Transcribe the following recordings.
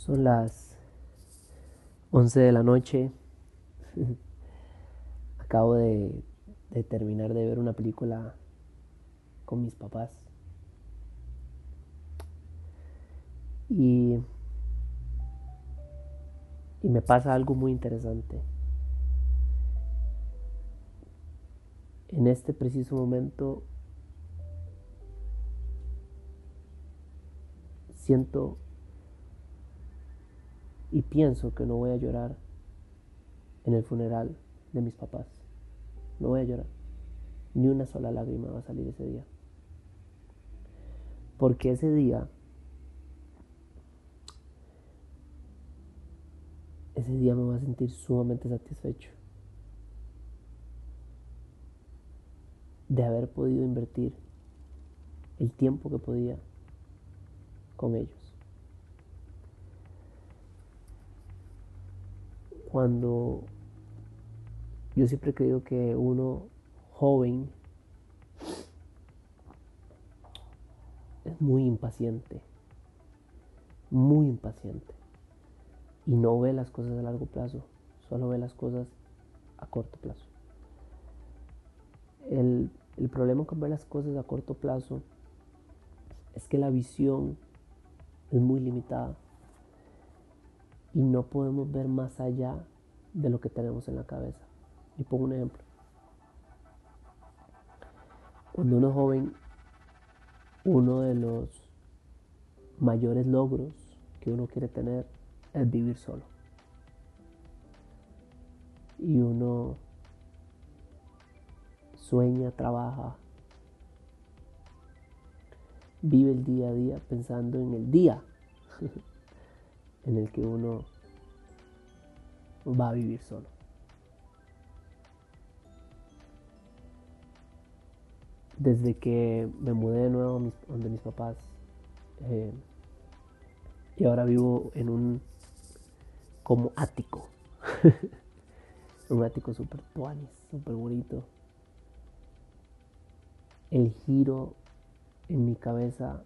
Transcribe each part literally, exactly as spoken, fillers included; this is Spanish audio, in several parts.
Son las once de la noche. Acabo de, de terminar de ver una película con mis papás. Y, y me pasa algo muy interesante. En este preciso momento siento y pienso que no voy a llorar en el funeral de mis papás. No voy a llorar. Ni una sola lágrima va a salir ese día. Porque ese día, ese día me voy a sentir sumamente satisfecho de haber podido invertir el tiempo que podía con ellos. Cuando yo siempre he creído que uno joven es muy impaciente, muy impaciente, y no ve las cosas a largo plazo, solo ve las cosas a corto plazo. El, el problema con ver las cosas a corto plazo es que la visión es muy limitada y no podemos ver más allá de lo que tenemos en la cabeza. Y pongo un ejemplo. Cuando uno es joven, uno de los mayores logros que uno quiere tener es vivir solo. Y uno sueña, trabaja, vive el día a día pensando en el día en el que uno va a vivir solo. Desde que me mudé de nuevo a mis, donde mis papás, eh, y ahora vivo en un como ático, un ático super tuanis, super bonito. El giro en mi cabeza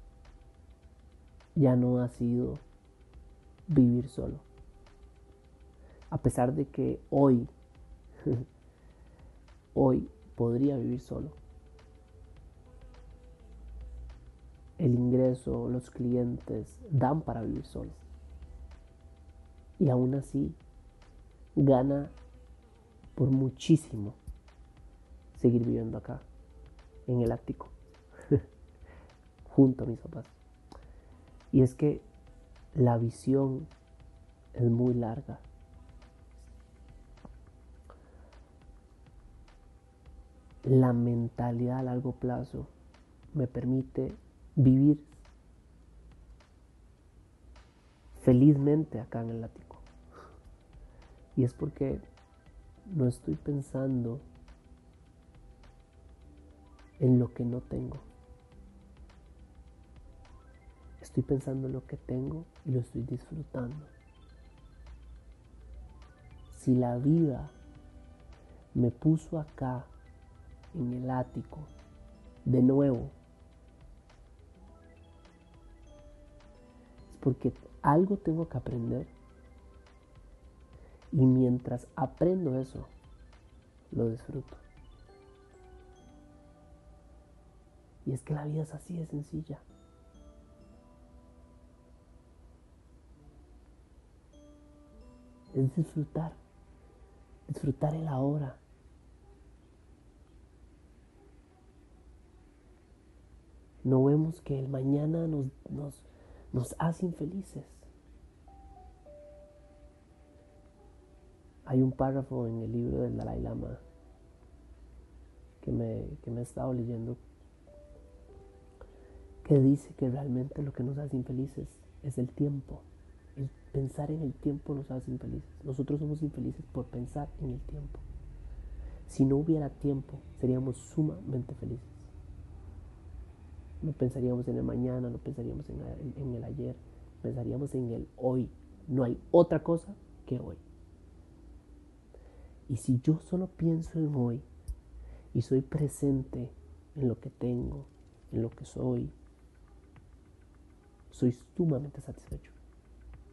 ya no ha sido vivir solo. A pesar de que hoy, hoy podría vivir solo. El ingreso, los clientes dan para vivir solo. Y aún así gana por muchísimo seguir viviendo acá, en el ático, junto a mis papás. Y es que la visión es muy larga. La mentalidad a largo plazo me permite vivir felizmente acá en el ático. Y es porque no estoy pensando en lo que no tengo. Estoy pensando en lo que tengo y lo estoy disfrutando. Si la vida me puso acá en el ático de nuevo, es porque algo tengo que aprender. Y mientras aprendo eso, lo disfruto. Y es que la vida es así de sencilla. Es disfrutar. Disfrutar el ahora. No vemos que el mañana nos, nos, nos hace infelices. Hay un párrafo en el libro del Dalai Lama que me, que me he estado leyendo que dice que realmente lo que nos hace infelices es el tiempo. El pensar en el tiempo nos hace infelices. Nosotros somos infelices por pensar en el tiempo. Si no hubiera tiempo, seríamos sumamente felices. No pensaríamos en el mañana, no pensaríamos en el, en el ayer, pensaríamos en el hoy. No hay otra cosa que hoy. Y si yo solo pienso en hoy y soy presente en lo que tengo, en lo que soy, soy sumamente satisfecho.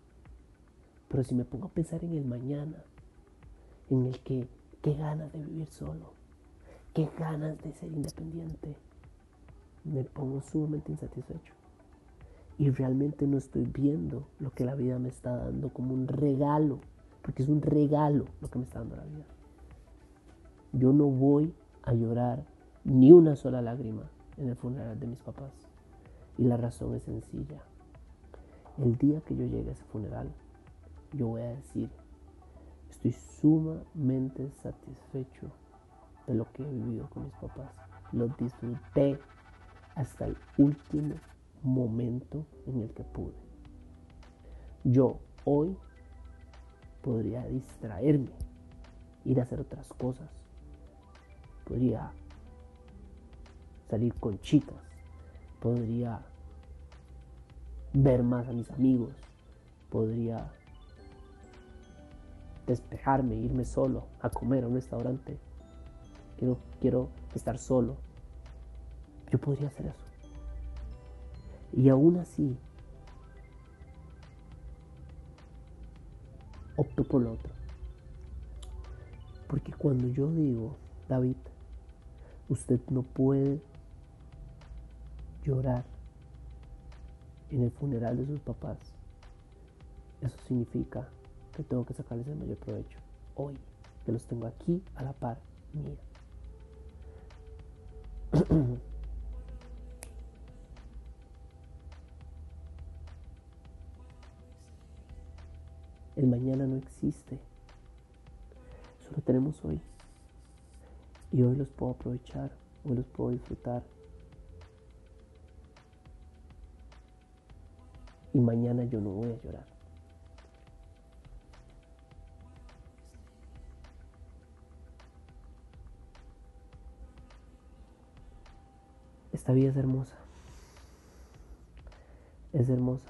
Pero si me pongo a pensar en el mañana, en el que, qué ganas de vivir solo, qué ganas de ser independiente, me pongo sumamente insatisfecho. Y realmente no estoy viendo lo que la vida me está dando como un regalo, porque es un regalo lo que me está dando la vida. Yo no voy a llorar ni una sola lágrima en el funeral de mis papás. Y la razón es sencilla. El día que yo llegue a ese funeral, yo voy a decir, estoy sumamente satisfecho de lo que he vivido con mis papás. Lo disfruté hasta el último momento en el que pude. Yo hoy podría distraerme, ir a hacer otras cosas. Podría salir con chicas. Podría ver más a mis amigos. Podría despejarme, irme solo a comer a un restaurante. Quiero, quiero estar solo. Yo podría hacer eso. Y aún así, opto por lo otro. Porque cuando yo digo, David, usted no puede llorar en el funeral de sus papás, eso significa que tengo que sacarles el mayor provecho hoy, que los tengo aquí a la par mía. El mañana no existe, solo tenemos hoy. Y hoy los puedo aprovechar, hoy los puedo disfrutar. Y mañana yo no voy a llorar. Esta vida es hermosa. Es hermosa.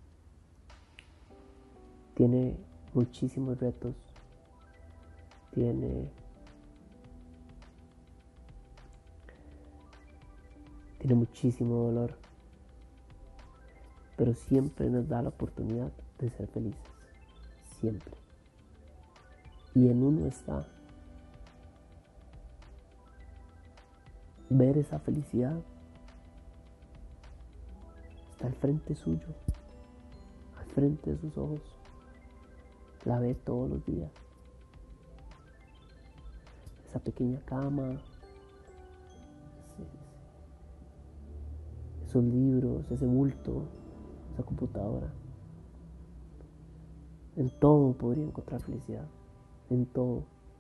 Tiene muchísimos retos. Tiene... Tiene muchísimo dolor. Pero siempre nos da la oportunidad de ser felices. Siempre. Y en uno está ver esa felicidad. Está al frente suyo. Al frente de sus ojos. La ve todos los días. Esa pequeña cama. Esos libros, ese bulto, esa computadora. En todo podría encontrar felicidad. En todo.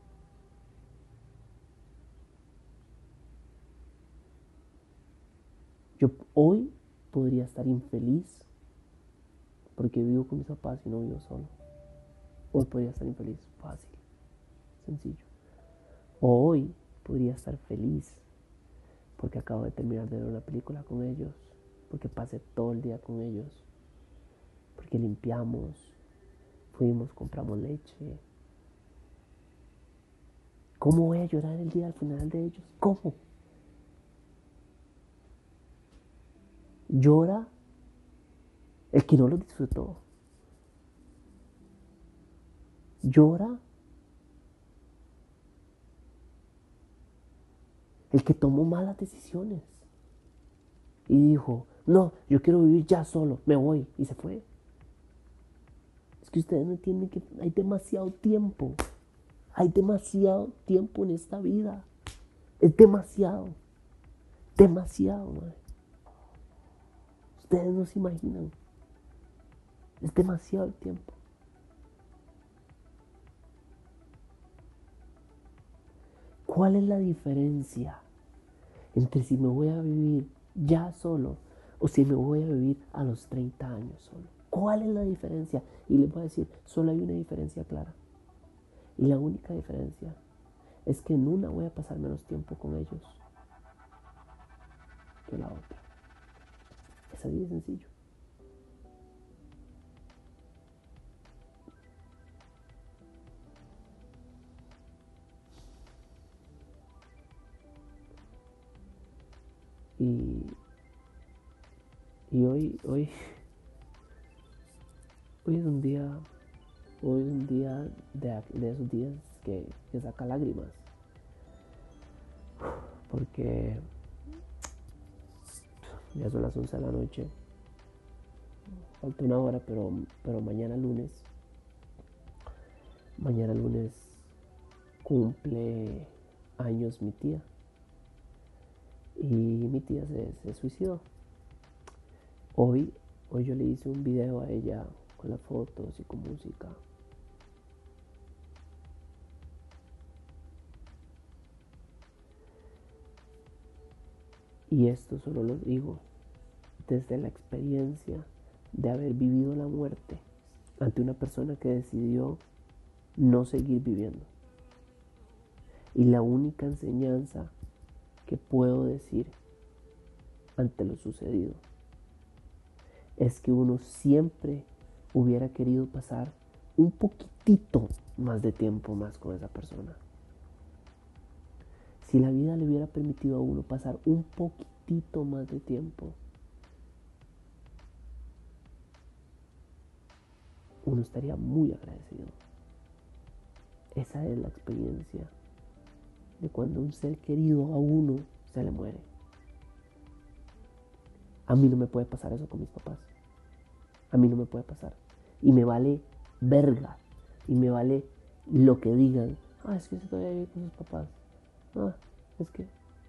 Yo hoy podría estar infeliz porque vivo con mis papás y no vivo solo. Hoy podría estar infeliz, fácil, sencillo. O hoy podría estar feliz porque acabo de terminar de ver una película con ellos, porque pasé todo el día con ellos, porque limpiamos, fuimos, compramos leche. ¿Cómo voy a llorar el día al final de ellos? ¿Cómo? Llora el que no lo disfrutó. Llora el que tomó malas decisiones y dijo, no, yo quiero vivir ya solo, me voy, y se fue. Es que ustedes no entienden que hay demasiado tiempo. Hay demasiado tiempo en esta vida. Es demasiado. Demasiado, madre. Ustedes no se imaginan. Es demasiado el tiempo. ¿Cuál es la diferencia entre si me voy a vivir ya solo o si me voy a vivir a los treinta años solo? ¿Cuál es la diferencia? Y les voy a decir, solo hay una diferencia clara. Y la única diferencia es que en una voy a pasar menos tiempo con ellos que la otra. Es así de sencillo. Y, y hoy, hoy, hoy es un día hoy es un día de, de esos días que, que saca lágrimas. Porque ya son las once de la noche. Falta una hora, pero, pero mañana lunes. Mañana lunes cumple años mi tía. Y mi tía se, se suicidó. Hoy, hoy yo le hice un video a ella con las fotos y con música. Y esto solo lo digo desde la experiencia de haber vivido la muerte ante una persona que decidió no seguir viviendo. Y la única enseñanza que puedo decir ante lo sucedido es que uno siempre hubiera querido pasar un poquitito más de tiempo más con esa persona. Si la vida le hubiera permitido a uno pasar un poquitito más de tiempo, uno estaría muy agradecido. Esa es la experiencia de cuando un ser querido a uno se le muere. A mí no me puede pasar eso con mis papás. A mí no me puede pasar. Y me vale verga. Y me vale lo que digan. Ah, es que se todavía vive con sus papás. Ah, es que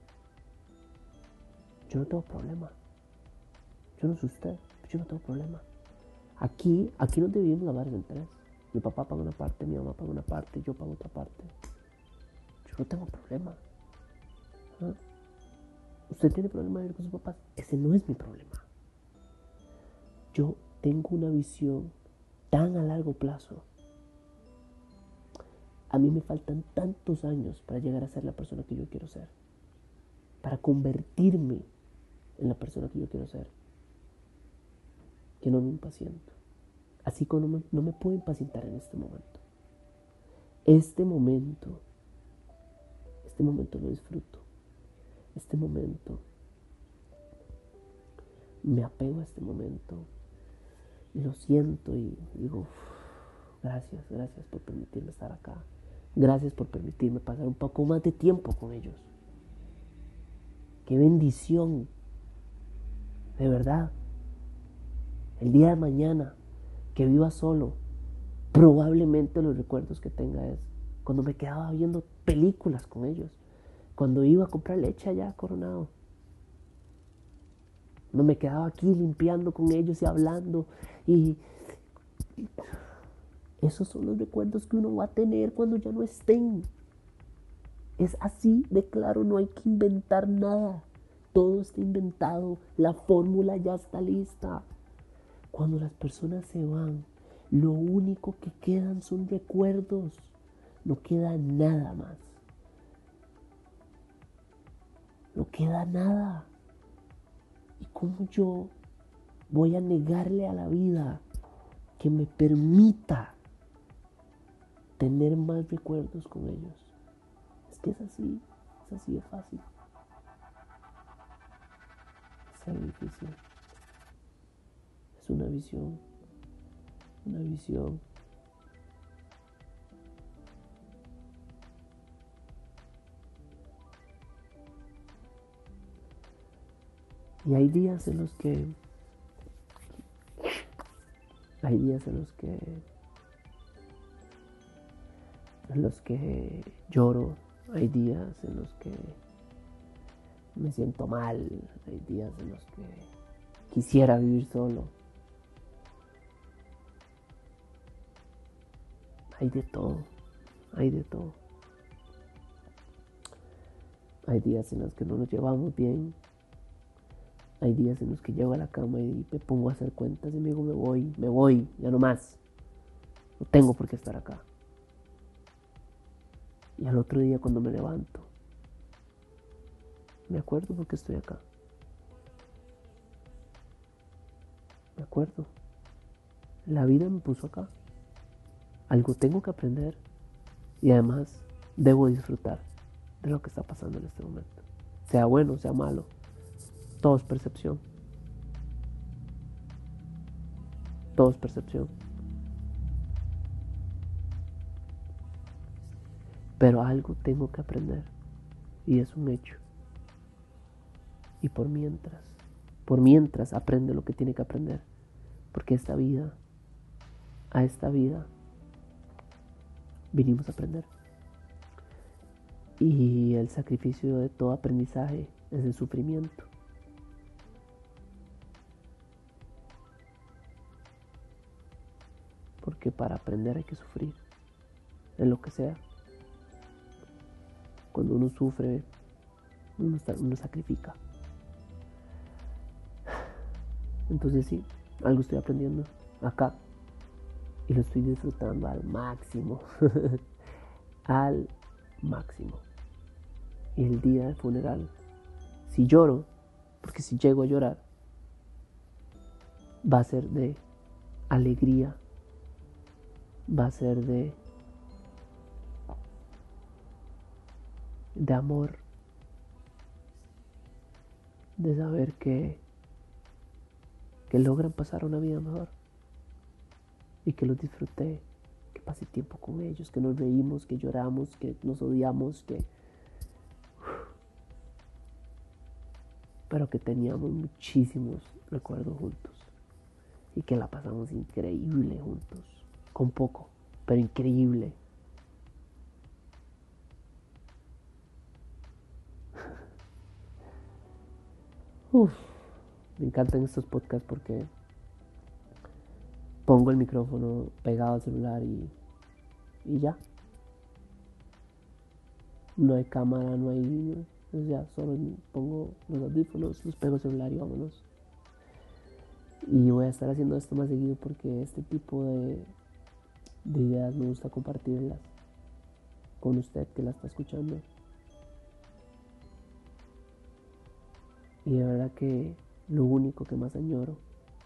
yo no tengo problema. Yo no sé usted, pero yo no tengo problema. Aquí, aquí nos dividimos la barra en tres. Mi papá paga una parte, mi mamá paga una parte, yo pago otra parte. Yo no tengo problema. ¿Ah? ¿Usted tiene problema de vivir con sus papás? Ese no es mi problema. Yo tengo una visión tan a largo plazo. A mí me faltan tantos años para llegar a ser la persona que yo quiero ser. Para convertirme en la persona que yo quiero ser. Que no me impaciento. Así que no me, no me puedo impacientar en este momento. Este momento, este momento lo disfruto. Este momento, me apego a este momento. Y lo siento y digo, uff, gracias, gracias por permitirme estar acá. Gracias por permitirme pasar un poco más de tiempo con ellos. Qué bendición. De verdad. El día de mañana, que viva solo, probablemente los recuerdos que tenga es cuando me quedaba viendo películas con ellos. Cuando iba a comprar leche allá a Coronado. Cuando me quedaba aquí limpiando con ellos y hablando. Y esos son los recuerdos que uno va a tener cuando ya no estén. Es así de claro, no hay que inventar nada. Todo está inventado, la fórmula ya está lista. Cuando las personas se van, lo único que quedan son recuerdos. No queda nada más. No queda nada. ¿Y cómo yo voy a negarle a la vida que me permita tener más recuerdos con ellos? Es que es así, es así de fácil. Es algo difícil. Es una visión, una visión. Y hay días en los que, hay días en los que, en los que lloro, hay días en los que me siento mal, hay días en los que quisiera vivir solo. Hay de todo, hay de todo. Hay días en los que no nos llevamos bien. Hay días en los que llego a la cama y me pongo a hacer cuentas y me digo, me voy, me voy, ya no más. No tengo por qué estar acá. Y al otro día cuando me levanto, me acuerdo por qué estoy acá. Me acuerdo. La vida me puso acá. Algo tengo que aprender. Y además debo disfrutar de lo que está pasando en este momento. Sea bueno, sea malo. Todo es percepción. Todo es percepción. pero algo tengo que aprender y es un hecho. Y por mientras, por mientras aprende lo que tiene que aprender, porque esta vida, a esta vida vinimos a aprender. Y el sacrificio de todo aprendizaje es el sufrimiento. Porque para aprender hay que sufrir, en lo que sea. Cuando uno sufre, uno, uno sacrifica. Entonces sí, algo estoy aprendiendo acá y lo estoy disfrutando al máximo. Al máximo. Y el día del funeral, si lloro, porque si llego a llorar, va a ser de alegría, va a ser de de amor, de saber que que logran pasar una vida mejor y que los disfruté, que pasé tiempo con ellos, que nos reímos, que lloramos, que nos odiamos, que pero que teníamos muchísimos recuerdos juntos y que la pasamos increíble juntos, con poco, pero increíble. Uf, me encantan estos podcasts porque pongo el micrófono pegado al celular y, y ya. No hay cámara, no hay... O sea, solo pongo los audífonos, los pego al celular y vámonos. Y voy a estar haciendo esto más seguido porque este tipo de, de ideas me gusta compartirlas con usted que la está escuchando. Y de verdad que lo único que más añoro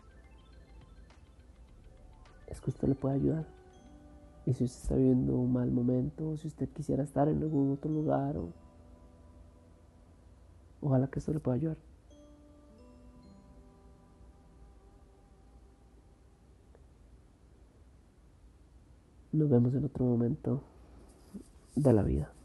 es que usted le pueda ayudar. Y si usted está viviendo un mal momento, o si usted quisiera estar en algún otro lugar, o, ojalá que esto le pueda ayudar. Nos vemos en otro momento de la vida.